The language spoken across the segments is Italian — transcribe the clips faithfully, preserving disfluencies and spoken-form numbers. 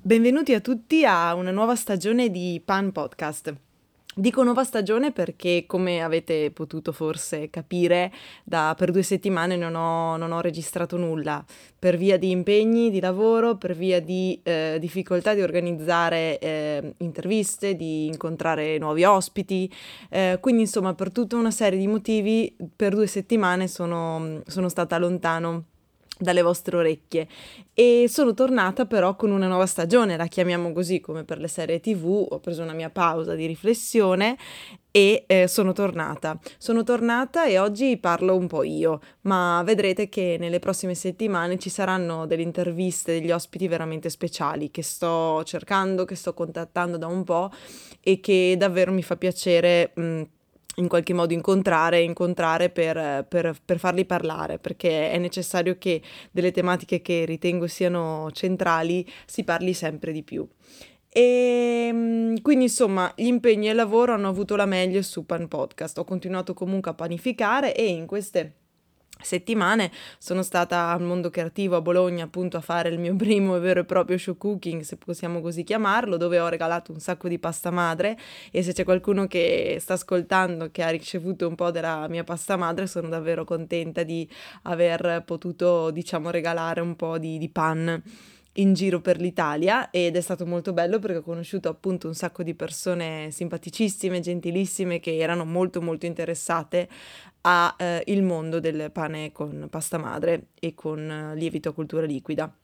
Benvenuti a tutti a una nuova stagione di Pan Podcast. Dico nuova stagione perché, come avete potuto forse capire, da per due settimane non ho, non ho registrato nulla, per via di impegni di lavoro, per via di eh, difficoltà di organizzare eh, interviste, di incontrare nuovi ospiti, eh, quindi insomma per tutta una serie di motivi per due settimane sono, sono stata lontano dalle vostre orecchie e sono tornata però con una nuova stagione, la chiamiamo così come per le serie tivù. Ho preso una mia pausa di riflessione e eh, sono tornata. Sono tornata e oggi parlo un po' io, ma vedrete che nelle prossime settimane ci saranno delle interviste, degli ospiti veramente speciali che sto cercando, che sto contattando da un po' e che davvero mi fa piacere mh, in qualche modo incontrare, incontrare per, per, per farli parlare, perché è necessario che delle tematiche che ritengo siano centrali si parli sempre di più. E quindi insomma gli impegni e il lavoro hanno avuto la meglio su Pan Podcast. Ho continuato comunque a panificare e in queste settimane sono stata al Mondo Creativo a Bologna appunto a fare il mio primo vero e proprio show cooking, se possiamo così chiamarlo, dove ho regalato un sacco di pasta madre, e se c'è qualcuno che sta ascoltando che ha ricevuto un po' della mia pasta madre sono davvero contenta di aver potuto, diciamo, regalare un po' di, di pan in giro per l'Italia, ed è stato molto bello perché ho conosciuto appunto un sacco di persone simpaticissime, gentilissime, che erano molto molto interessate a eh, il mondo del pane con pasta madre e con eh, lievito a cultura liquida.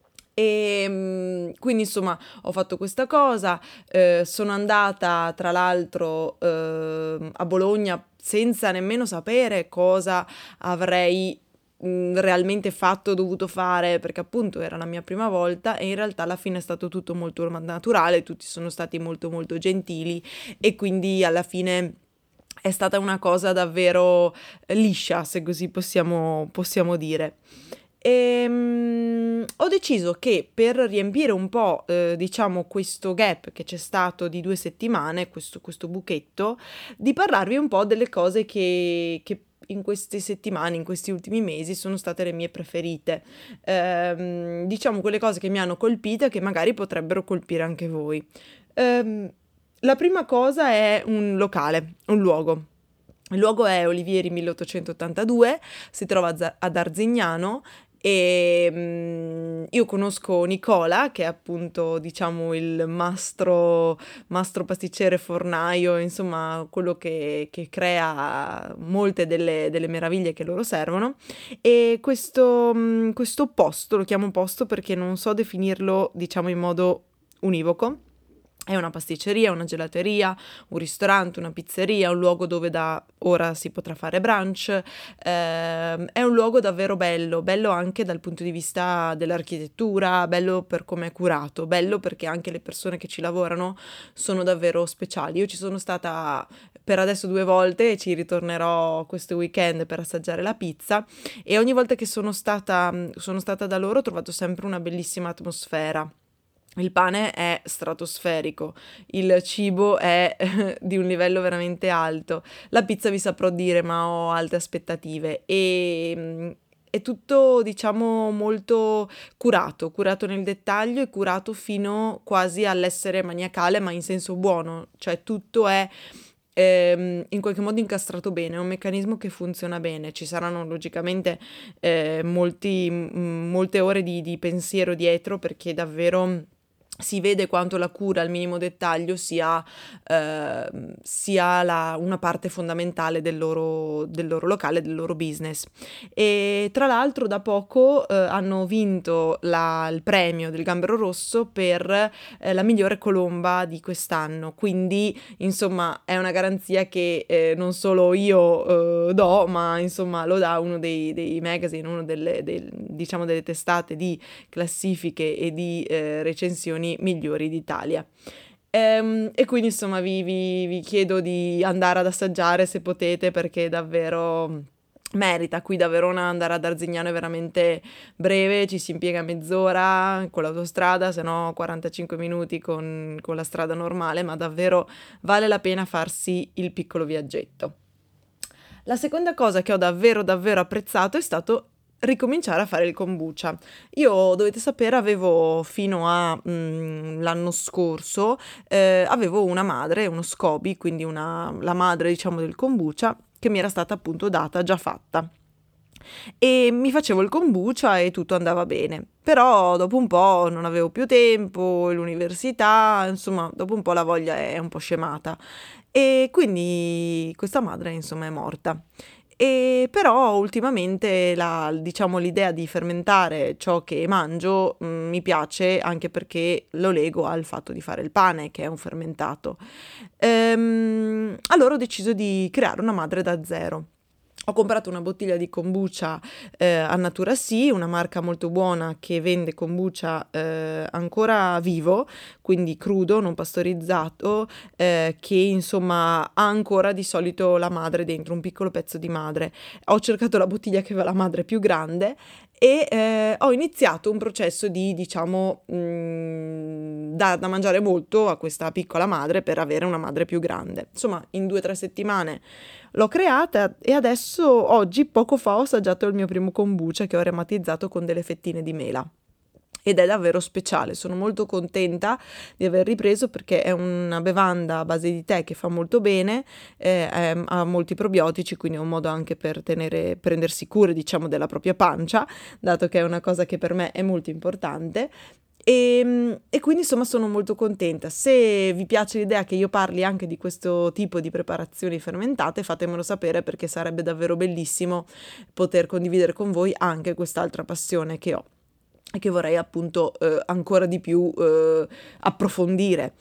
E mh, quindi insomma ho fatto questa cosa, eh, sono andata tra l'altro eh, a Bologna senza nemmeno sapere cosa avrei realmente fatto, dovuto fare, perché appunto era la mia prima volta e in realtà alla fine è stato tutto molto naturale, tutti sono stati molto molto gentili e quindi alla fine è stata una cosa davvero liscia, se così possiamo, possiamo dire. E, um, ho deciso che per riempire un po' eh, diciamo questo gap che c'è stato di due settimane, questo, questo buchetto, di parlarvi un po' delle cose che, che in queste settimane, in questi ultimi mesi sono state le mie preferite, ehm, diciamo quelle cose che mi hanno colpita e che magari potrebbero colpire anche voi. Ehm, la prima cosa è un locale, un luogo. Il luogo è Olivieri milleottocentottantadue, si trova ad Arzignano e um, io conosco Nicola, che è appunto, diciamo, il mastro, mastro pasticcere fornaio, insomma, quello che, che crea molte delle, delle meraviglie che loro servono. E questo, um, questo posto, lo chiamo posto perché non so definirlo, diciamo, in modo univoco. È una pasticceria, una gelateria, un ristorante, una pizzeria, un luogo dove da ora si potrà fare brunch. Eh, è un luogo davvero bello, bello anche dal punto di vista dell'architettura, bello per come è curato, bello perché anche le persone che ci lavorano sono davvero speciali. Io ci sono stata per adesso due volte e ci ritornerò questo weekend per assaggiare la pizza, e ogni volta che sono stata, sono stata da loro ho trovato sempre una bellissima atmosfera. Il pane è stratosferico, il cibo è di un livello veramente alto, la pizza vi saprò dire, ma ho alte aspettative e è tutto, diciamo, molto curato, curato nel dettaglio e curato fino quasi all'essere maniacale, ma in senso buono, cioè tutto è ehm, in qualche modo incastrato bene, è un meccanismo che funziona bene. Ci saranno logicamente eh, molti, m- molte ore di, di pensiero dietro, perché davvero si vede quanto la cura al minimo dettaglio sia, eh, sia la, una parte fondamentale del loro, del loro locale, del loro business. E tra l'altro da poco eh, hanno vinto la, il premio del Gambero Rosso per eh, la migliore colomba di quest'anno, quindi insomma è una garanzia che eh, non solo io eh, do, ma insomma lo dà uno dei, dei magazine, uno delle, del, diciamo delle testate di classifiche e di eh, recensioni migliori d'Italia. Ehm, e quindi insomma vi, vi, vi chiedo di andare ad assaggiare se potete, perché davvero merita. Qui da Verona andare ad Arzignano è veramente breve, ci si impiega mezz'ora con l'autostrada, se no quarantacinque minuti con, con la strada normale, ma davvero vale la pena farsi il piccolo viaggetto. La seconda cosa che ho davvero davvero apprezzato è stato ricominciare a fare il kombucha. Io, dovete sapere, avevo fino a mm, l'anno scorso, eh, avevo una madre, uno SCOBY, quindi una, la madre, diciamo, del kombucha, che mi era stata appunto data già fatta. E mi facevo il kombucha e tutto andava bene. Però dopo un po' non avevo più tempo, l'università, insomma, dopo un po' la voglia è un po' scemata. E quindi questa madre, insomma, è morta. E però ultimamente la, diciamo, l'idea di fermentare ciò che mangio mh, mi piace, anche perché lo lego al fatto di fare il pane, che è un fermentato. Ehm, allora ho deciso di creare una madre da zero. Ho comprato una bottiglia di kombucha eh, a Natura Sì, una marca molto buona che vende kombucha eh, ancora vivo, quindi crudo, non pastorizzato, eh, che insomma ha ancora di solito la madre dentro, un piccolo pezzo di madre. Ho cercato la bottiglia che aveva la madre più grande e eh, ho iniziato un processo di, diciamo, mh, da, da mangiare molto a questa piccola madre per avere una madre più grande. Insomma, in due o tre settimane l'ho creata e adesso, oggi, poco fa, ho assaggiato il mio primo kombucha che ho aromatizzato con delle fettine di mela. Ed è davvero speciale, sono molto contenta di aver ripreso perché è una bevanda a base di tè che fa molto bene, eh, è- ha molti probiotici, quindi è un modo anche per tenere, prendersi cura, diciamo, della propria pancia, dato che è una cosa che per me è molto importante. E, e quindi insomma sono molto contenta. Se vi piace l'idea che io parli anche di questo tipo di preparazioni fermentate, fatemelo sapere, perché sarebbe davvero bellissimo poter condividere con voi anche quest'altra passione che ho e che vorrei appunto eh, ancora di più eh, approfondire.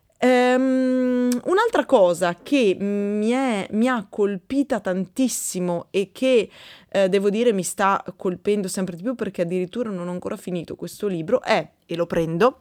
Ehm, un'altra cosa che mi, è, mi ha colpita tantissimo e che eh, devo dire mi sta colpendo sempre di più, perché addirittura non ho ancora finito questo libro, è, e lo prendo,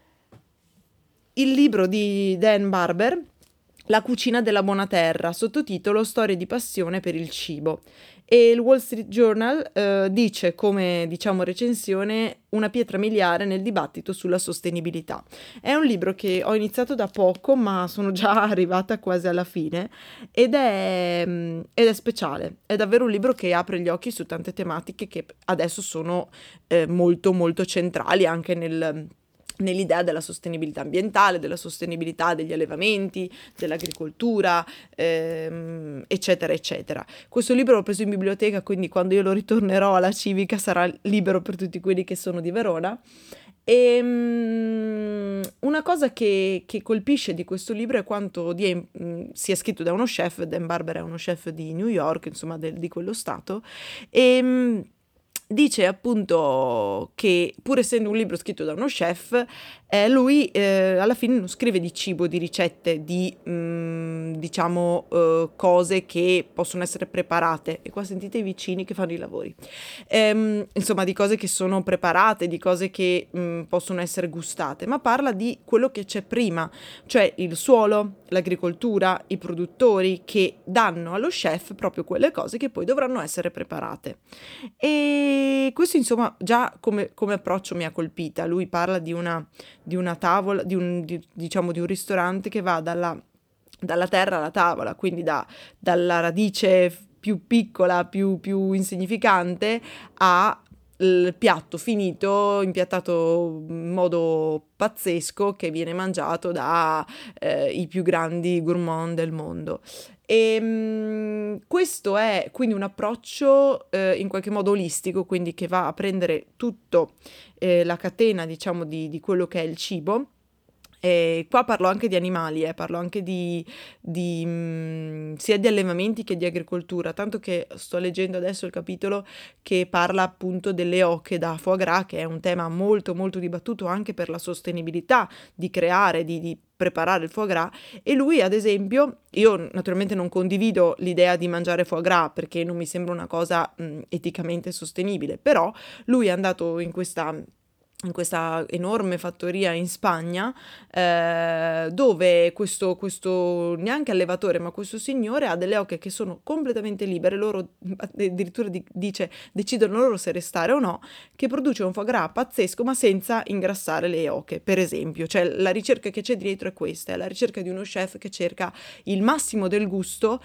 il libro di Dan Barber, La cucina della buona terra, sottotitolo Storie di passione per il cibo. E il Wall Street Journal eh, dice, come, diciamo, recensione, una pietra miliare nel dibattito sulla sostenibilità. È un libro che ho iniziato da poco, ma sono già arrivata quasi alla fine, ed è, mm, ed è speciale. È davvero un libro che apre gli occhi su tante tematiche che adesso sono eh, molto molto centrali anche nel nell'idea della sostenibilità ambientale, della sostenibilità degli allevamenti, dell'agricoltura, ehm, eccetera, eccetera. Questo libro l'ho preso in biblioteca, quindi quando io lo ritornerò alla Civica sarà libero per tutti quelli che sono di Verona. E um, una cosa che, che colpisce di questo libro è quanto di, um, sia scritto da uno chef. Dan Barber è uno chef di New York, insomma, de, di quello stato, e um, dice appunto che, pur essendo un libro scritto da uno chef, eh, lui eh, alla fine non scrive di cibo, di ricette, di mh, diciamo eh, cose che possono essere preparate. E qua sentite i vicini che fanno i lavori. Ehm, insomma, di cose che sono preparate, di cose che mh, possono essere gustate, ma parla di quello che c'è prima, cioè il suolo, l'agricoltura, i produttori che danno allo chef proprio quelle cose che poi dovranno essere preparate. E questo, insomma, già come, come approccio mi ha colpita. Lui parla di una, di una tavola, di un, di, diciamo, di un ristorante che va dalla, dalla terra alla tavola, quindi da, dalla radice più piccola, più, più insignificante, a il piatto finito, impiattato in modo pazzesco, che viene mangiato da eh, i più grandi gourmand del mondo. E mh, questo è quindi un approccio eh, in qualche modo olistico, quindi che va a prendere tutto eh, la catena, diciamo, di, di quello che è il cibo. E qua parlo anche di animali, eh, parlo anche di, di mh, sia di allevamenti che di agricoltura, tanto che sto leggendo adesso il capitolo che parla appunto delle oche da foie gras, che è un tema molto molto dibattuto anche per la sostenibilità di creare, di, di preparare il foie gras. E lui, ad esempio, io naturalmente non condivido l'idea di mangiare foie gras perché non mi sembra una cosa mh, eticamente sostenibile, però lui è andato in questa in questa enorme fattoria in Spagna, eh, dove questo, questo neanche allevatore, ma questo signore ha delle oche che sono completamente libere, loro addirittura di, dice decidono loro se restare o no, che produce un foie gras pazzesco, ma senza ingrassare le oche, per esempio. Cioè la ricerca che c'è dietro è questa, è la ricerca di uno chef che cerca il massimo del gusto,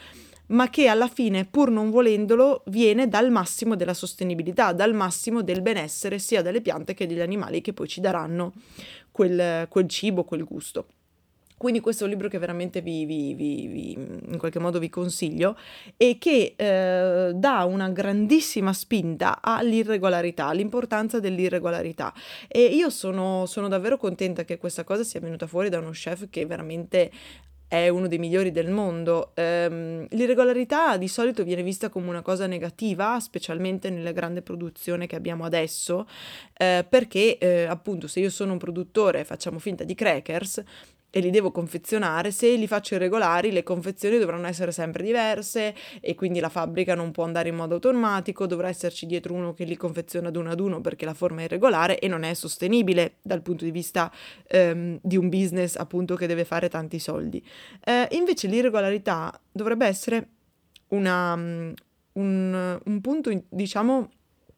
ma che alla fine, pur non volendolo, viene dal massimo della sostenibilità, dal massimo del benessere sia delle piante che degli animali che poi ci daranno quel, quel cibo, quel gusto. Quindi questo è un libro che veramente vi, vi, vi, vi in qualche modo vi consiglio e che eh, dà una grandissima spinta all'irregolarità, all'importanza dell'irregolarità. E io sono, sono davvero contenta che questa cosa sia venuta fuori da uno chef che veramente è uno dei migliori del mondo. Ehm, l'irregolarità di solito viene vista come una cosa negativa, specialmente nella grande produzione che abbiamo adesso, eh, perché eh, appunto se io sono un produttore, facciamo finta di crackers, e li devo confezionare, se li faccio irregolari le confezioni dovranno essere sempre diverse e quindi la fabbrica non può andare in modo automatico, dovrà esserci dietro uno che li confeziona ad uno ad uno perché la forma è irregolare e non è sostenibile dal punto di vista ehm, di un business appunto che deve fare tanti soldi. Eh, invece l'irregolarità dovrebbe essere una, um, un, un punto, diciamo,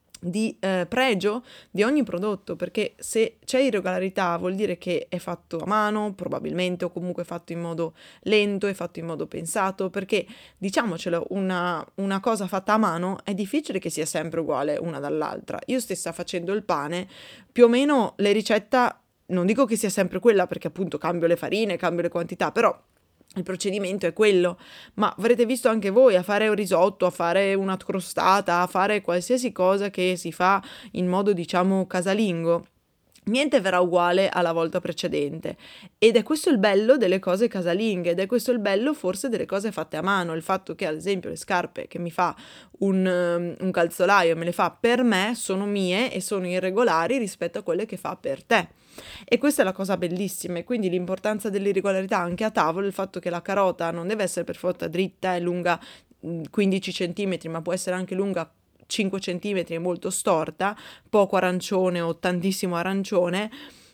di eh, pregio di ogni prodotto, perché se c'è irregolarità vuol dire che è fatto a mano, probabilmente, o comunque fatto in modo lento, è fatto in modo pensato, perché diciamocelo, una, una cosa fatta a mano è difficile che sia sempre uguale una dall'altra. Io stessa facendo il pane, più o meno le ricette, non dico che sia sempre quella, perché appunto cambio le farine, cambio le quantità, però il procedimento è quello, ma avrete visto anche voi a fare un risotto, a fare una crostata, a fare qualsiasi cosa che si fa in modo, diciamo, casalingo. Niente verrà uguale alla volta precedente ed è questo il bello delle cose casalinghe ed è questo il bello forse delle cose fatte a mano, il fatto che ad esempio le scarpe che mi fa un, um, un calzolaio me le fa per me sono mie e sono irregolari rispetto a quelle che fa per te. E questa è la cosa bellissima e quindi l'importanza dell'irregolarità anche a tavola, il fatto che la carota non deve essere per forza dritta e lunga quindici centimetri, ma può essere anche lunga cinque centimetri e molto storta, poco arancione o tantissimo arancione,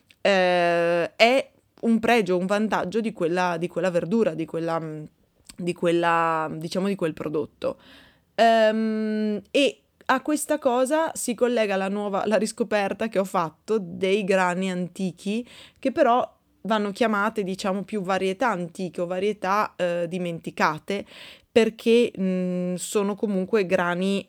eh, è un pregio, un vantaggio di quella, di quella verdura, di quella, di quella, diciamo, di quel prodotto. Um, e a questa cosa si collega la nuova, la riscoperta che ho fatto dei grani antichi, che però vanno chiamate, diciamo, più varietà antiche o varietà eh, dimenticate, perché mh, sono comunque grani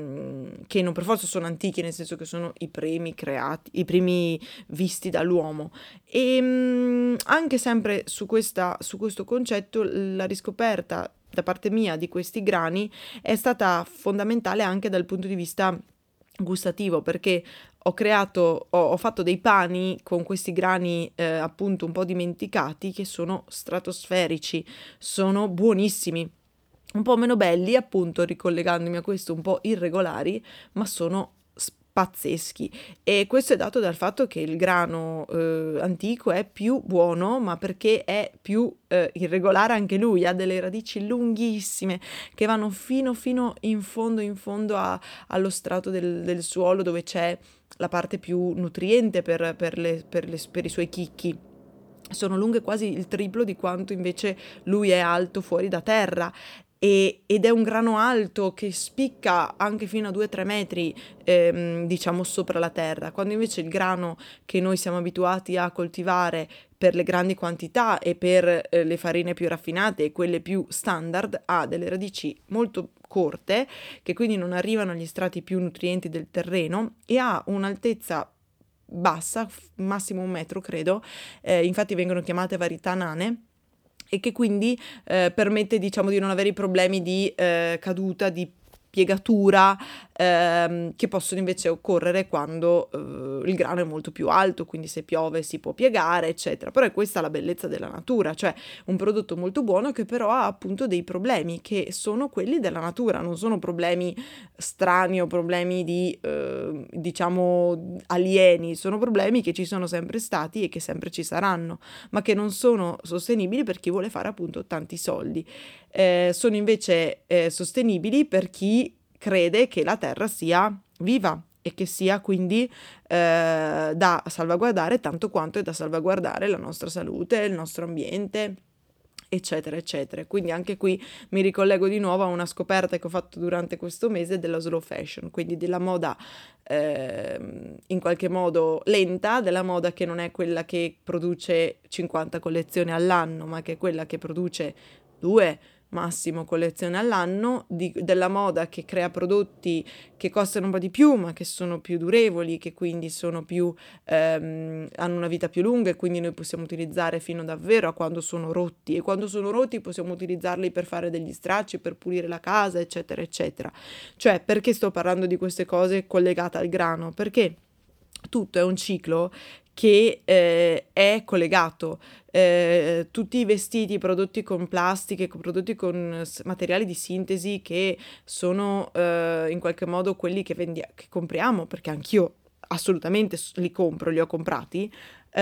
mh, che non per forza sono antichi, nel senso che sono i primi creati, i primi visti dall'uomo. E mh, anche sempre su, questa, su questo concetto, la riscoperta da parte mia di questi grani è stata fondamentale anche dal punto di vista gustativo, perché ho creato, ho, ho fatto dei pani con questi grani eh, appunto un po' dimenticati che sono stratosferici, sono buonissimi, un po' meno belli appunto, ricollegandomi a questo, un po' irregolari, ma sono pazzeschi e questo è dato dal fatto che il grano eh, antico è più buono, ma perché è più eh, irregolare anche lui, ha delle radici lunghissime che vanno fino fino in fondo in fondo a, allo strato del, del suolo dove c'è la parte più nutriente per, per, le, per, le, per i suoi chicchi. Sono lunghe quasi il triplo di quanto invece lui è alto fuori da terra. E, ed è un grano alto che spicca anche fino a due tre metri, ehm, diciamo, sopra la terra, quando invece il grano che noi siamo abituati a coltivare per le grandi quantità e per eh, le farine più raffinate e quelle più standard ha delle radici molto corte, che quindi non arrivano agli strati più nutrienti del terreno e ha un'altezza bassa, massimo un metro credo, eh, infatti vengono chiamate varietà nane, e che quindi eh, permette, diciamo, di non avere i problemi di eh, caduta, di piegatura ehm, che possono invece occorrere quando eh, il grano è molto più alto, quindi se piove si può piegare, eccetera. Però è questa la bellezza della natura, cioè un prodotto molto buono che però ha appunto dei problemi che sono quelli della natura, non sono problemi strani o problemi di, eh, diciamo, alieni, sono problemi che ci sono sempre stati e che sempre ci saranno, ma che non sono sostenibili per chi vuole fare appunto tanti soldi. Eh, sono invece eh, sostenibili per chi crede che la terra sia viva e che sia quindi eh, da salvaguardare tanto quanto è da salvaguardare la nostra salute, il nostro ambiente, eccetera, eccetera. Quindi anche qui mi ricollego di nuovo a una scoperta che ho fatto durante questo mese della slow fashion, quindi della moda eh, in qualche modo lenta, della moda che non è quella che produce cinquanta collezioni all'anno, ma che è quella che produce due, massimo collezione all'anno, di, della moda che crea prodotti che costano un po' di più ma che sono più durevoli, che quindi sono più ehm, hanno una vita più lunga e quindi noi possiamo utilizzare fino davvero a quando sono rotti, e quando sono rotti possiamo utilizzarli per fare degli stracci, per pulire la casa, eccetera eccetera. Cioè, perché sto parlando di queste cose collegate al grano? Perché tutto è un ciclo che eh, è collegato. Eh, tutti i vestiti prodotti con plastiche, prodotti con materiali di sintesi che sono eh, in qualche modo quelli che, vendi- che compriamo, perché anch'io assolutamente li compro, li ho comprati,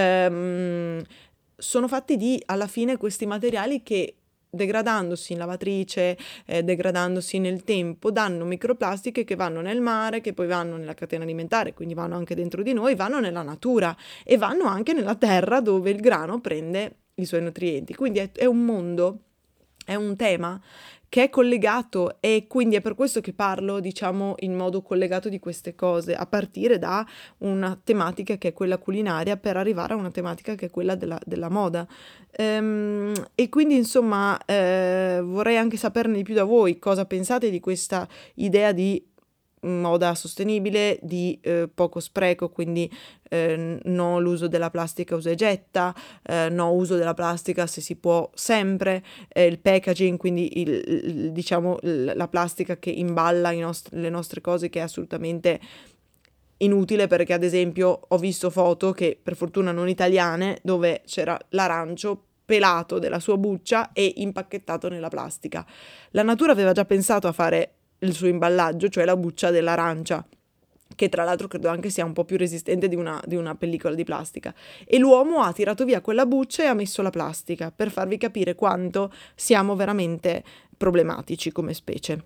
ehm, sono fatti di, alla fine, questi materiali che, degradandosi in lavatrice, eh, degradandosi nel tempo, danno microplastiche che vanno nel mare, che poi vanno nella catena alimentare, quindi vanno anche dentro di noi, vanno nella natura e vanno anche nella terra dove il grano prende i suoi nutrienti. Quindi è, è un mondo, è un tema che è collegato, e quindi è per questo che parlo, diciamo, in modo collegato di queste cose, a partire da una tematica che è quella culinaria per arrivare a una tematica che è quella della, della moda. Ehm, e quindi, insomma, eh, vorrei anche saperne di più da voi, cosa pensate di questa idea di moda sostenibile, di eh, poco spreco, quindi eh, no l'uso della plastica usa e getta, eh, no uso della plastica se si può sempre, eh, il packaging, quindi il, il, diciamo il, la plastica che imballa i nostri, le nostre cose, che è assolutamente inutile, perché ad esempio ho visto foto, che per fortuna non italiane, dove c'era l'arancio pelato della sua buccia e impacchettato nella plastica. La natura aveva già pensato a fare il suo imballaggio, cioè la buccia dell'arancia, che tra l'altro credo anche sia un po' più resistente di una, di una pellicola di plastica, e l'uomo ha tirato via quella buccia e ha messo la plastica, per farvi capire quanto siamo veramente problematici come specie.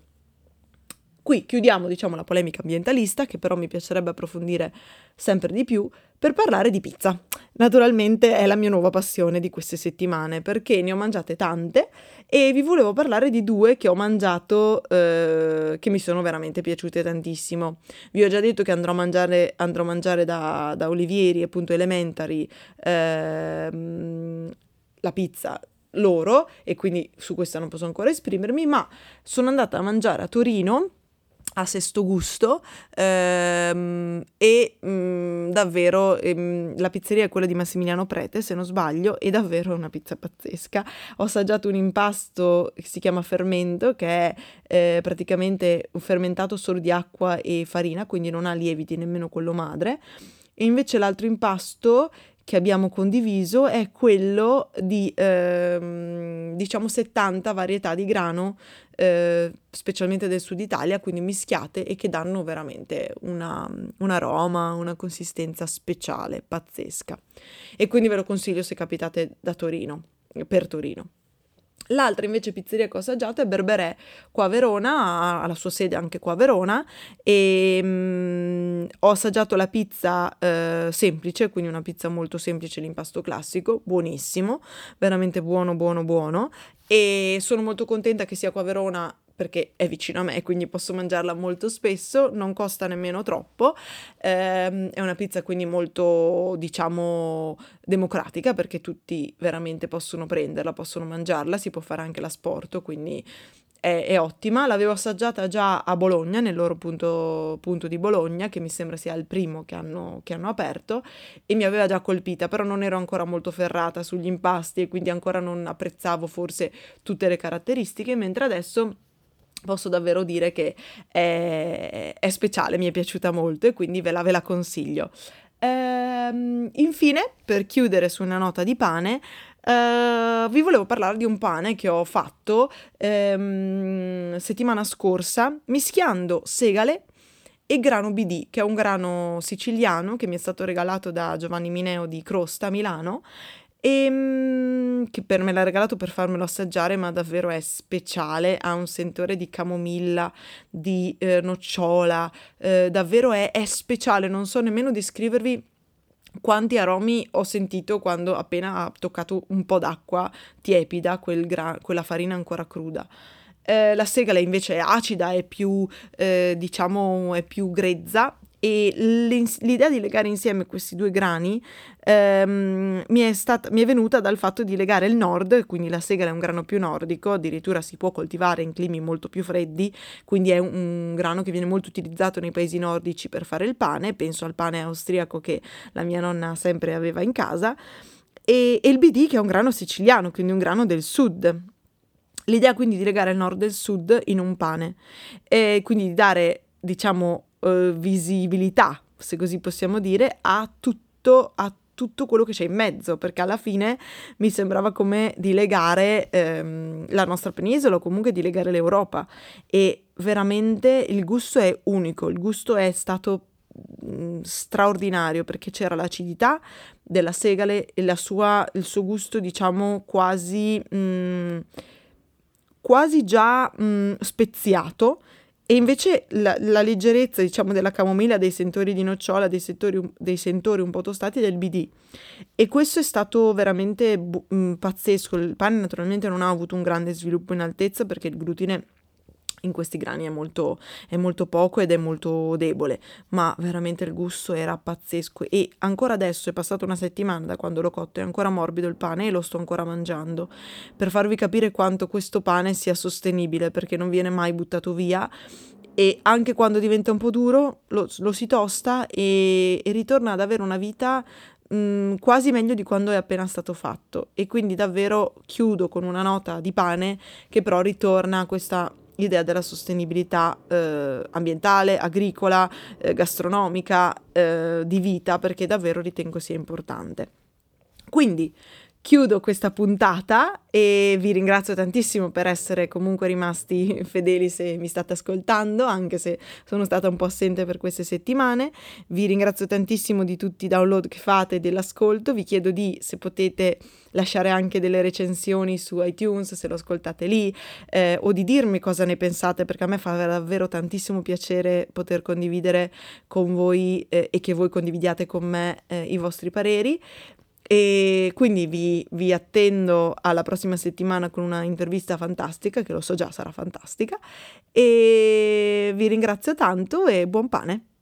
Qui chiudiamo, diciamo, la polemica ambientalista, che però mi piacerebbe approfondire sempre di più, per parlare di pizza. Naturalmente è la mia nuova passione di queste settimane, perché ne ho mangiate tante e vi volevo parlare di due che ho mangiato eh, che mi sono veramente piaciute tantissimo. Vi ho già detto che andrò a mangiare, andrò a mangiare da, da Olivieri, appunto Elementary, ehm, la pizza loro, e quindi su questa non posso ancora esprimermi, ma sono andata a mangiare a Torino a Sesto Gusto, ehm, e mh, davvero ehm, la pizzeria è quella di Massimiliano Prete, se non sbaglio, e davvero è una pizza pazzesca. Ho assaggiato un impasto che si chiama fermento, che è eh, praticamente un fermentato solo di acqua e farina, quindi non ha lieviti, nemmeno quello madre, e invece l'altro impasto che abbiamo condiviso è quello di ehm, diciamo settanta varietà di grano, eh, specialmente del sud Italia, quindi mischiate, e che danno veramente una, un aroma, una consistenza speciale, pazzesca. E quindi ve lo consiglio se capitate da Torino, per Torino. L'altra invece pizzeria che ho assaggiato è Berberè, qua a Verona, ha la sua sede anche qua a Verona, e mm, ho assaggiato la pizza eh, semplice, quindi una pizza molto semplice, l'impasto classico, buonissimo, veramente buono, buono, buono, e sono molto contenta che sia qua a Verona, perché è vicino a me, quindi posso mangiarla molto spesso, non costa nemmeno troppo, ehm, è una pizza quindi molto, diciamo, democratica, perché tutti veramente possono prenderla, possono mangiarla, si può fare anche l'asporto, quindi è, è ottima. L'avevo assaggiata già a Bologna, nel loro punto, punto di Bologna, che mi sembra sia il primo che hanno, che hanno aperto, e mi aveva già colpita, però non ero ancora molto ferrata sugli impasti e quindi ancora non apprezzavo forse tutte le caratteristiche, mentre adesso posso davvero dire che è, è speciale, mi è piaciuta molto e quindi ve la, ve la consiglio. Ehm, infine, per chiudere su una nota di pane, eh, vi volevo parlare di un pane che ho fatto ehm, settimana scorsa, mischiando segale e grano B D, che è un grano siciliano che mi è stato regalato da Giovanni Mineo di Crosta a Milano, e mm, che per me l'ha regalato per farmelo assaggiare, ma davvero è speciale, ha un sentore di camomilla, di eh, nocciola, eh, davvero è, è speciale, non so nemmeno descrivervi quanti aromi ho sentito quando appena ha toccato un po' d'acqua tiepida, quel gra- quella farina ancora cruda. Eh, la segale invece è acida, è più, eh, diciamo, è più grezza, e l'idea di legare insieme questi due grani ehm, mi, è stata, mi è venuta dal fatto di legare il nord, quindi la segale è un grano più nordico, addirittura si può coltivare in climi molto più freddi, quindi è un, un grano che viene molto utilizzato nei paesi nordici per fare il pane, penso al pane austriaco che la mia nonna sempre aveva in casa, e, e il B D che è un grano siciliano, quindi un grano del sud. L'idea quindi di legare il nord e il sud in un pane, e quindi di dare, diciamo, eh, visibilità, se così possiamo dire, a tutto, a tutto quello che c'è in mezzo, perché alla fine mi sembrava come di legare ehm, la nostra penisola o comunque di legare l'Europa, e veramente il gusto è unico, il gusto è stato mh, straordinario, perché c'era l'acidità della segale e la sua, il suo gusto, diciamo, quasi... Mh, quasi già mh, speziato, e invece la, la leggerezza, diciamo, della camomilla, dei sentori di nocciola, dei, settori, dei sentori un po' tostati del B D. E questo è stato veramente bu- mh, pazzesco. Il pane naturalmente non ha avuto un grande sviluppo in altezza perché il glutine in questi grani è molto, è molto poco ed è molto debole, ma veramente il gusto era pazzesco, e ancora adesso, è passata una settimana da quando l'ho cotto, è ancora morbido il pane e lo sto ancora mangiando, per farvi capire quanto questo pane sia sostenibile, perché non viene mai buttato via, e anche quando diventa un po' duro lo, lo si tosta e, e ritorna ad avere una vita mh, quasi meglio di quando è appena stato fatto, e quindi davvero chiudo con una nota di pane che però ritorna a questa idea della sostenibilità eh, ambientale, agricola, eh, gastronomica, eh, di vita, perché davvero ritengo sia importante. Quindi chiudo questa puntata e vi ringrazio tantissimo per essere comunque rimasti fedeli se mi state ascoltando, anche se sono stata un po' assente per queste settimane. Vi ringrazio tantissimo di tutti i download che fate e dell'ascolto. Vi chiedo di, se potete, lasciare anche delle recensioni su iTunes se lo ascoltate lì, eh, o di dirmi cosa ne pensate, perché a me fa davvero tantissimo piacere poter condividere con voi eh, e che voi condividiate con me eh, i vostri pareri. E quindi vi, vi attendo alla prossima settimana con una intervista fantastica, che lo so già sarà fantastica, e vi ringrazio tanto e buon pane!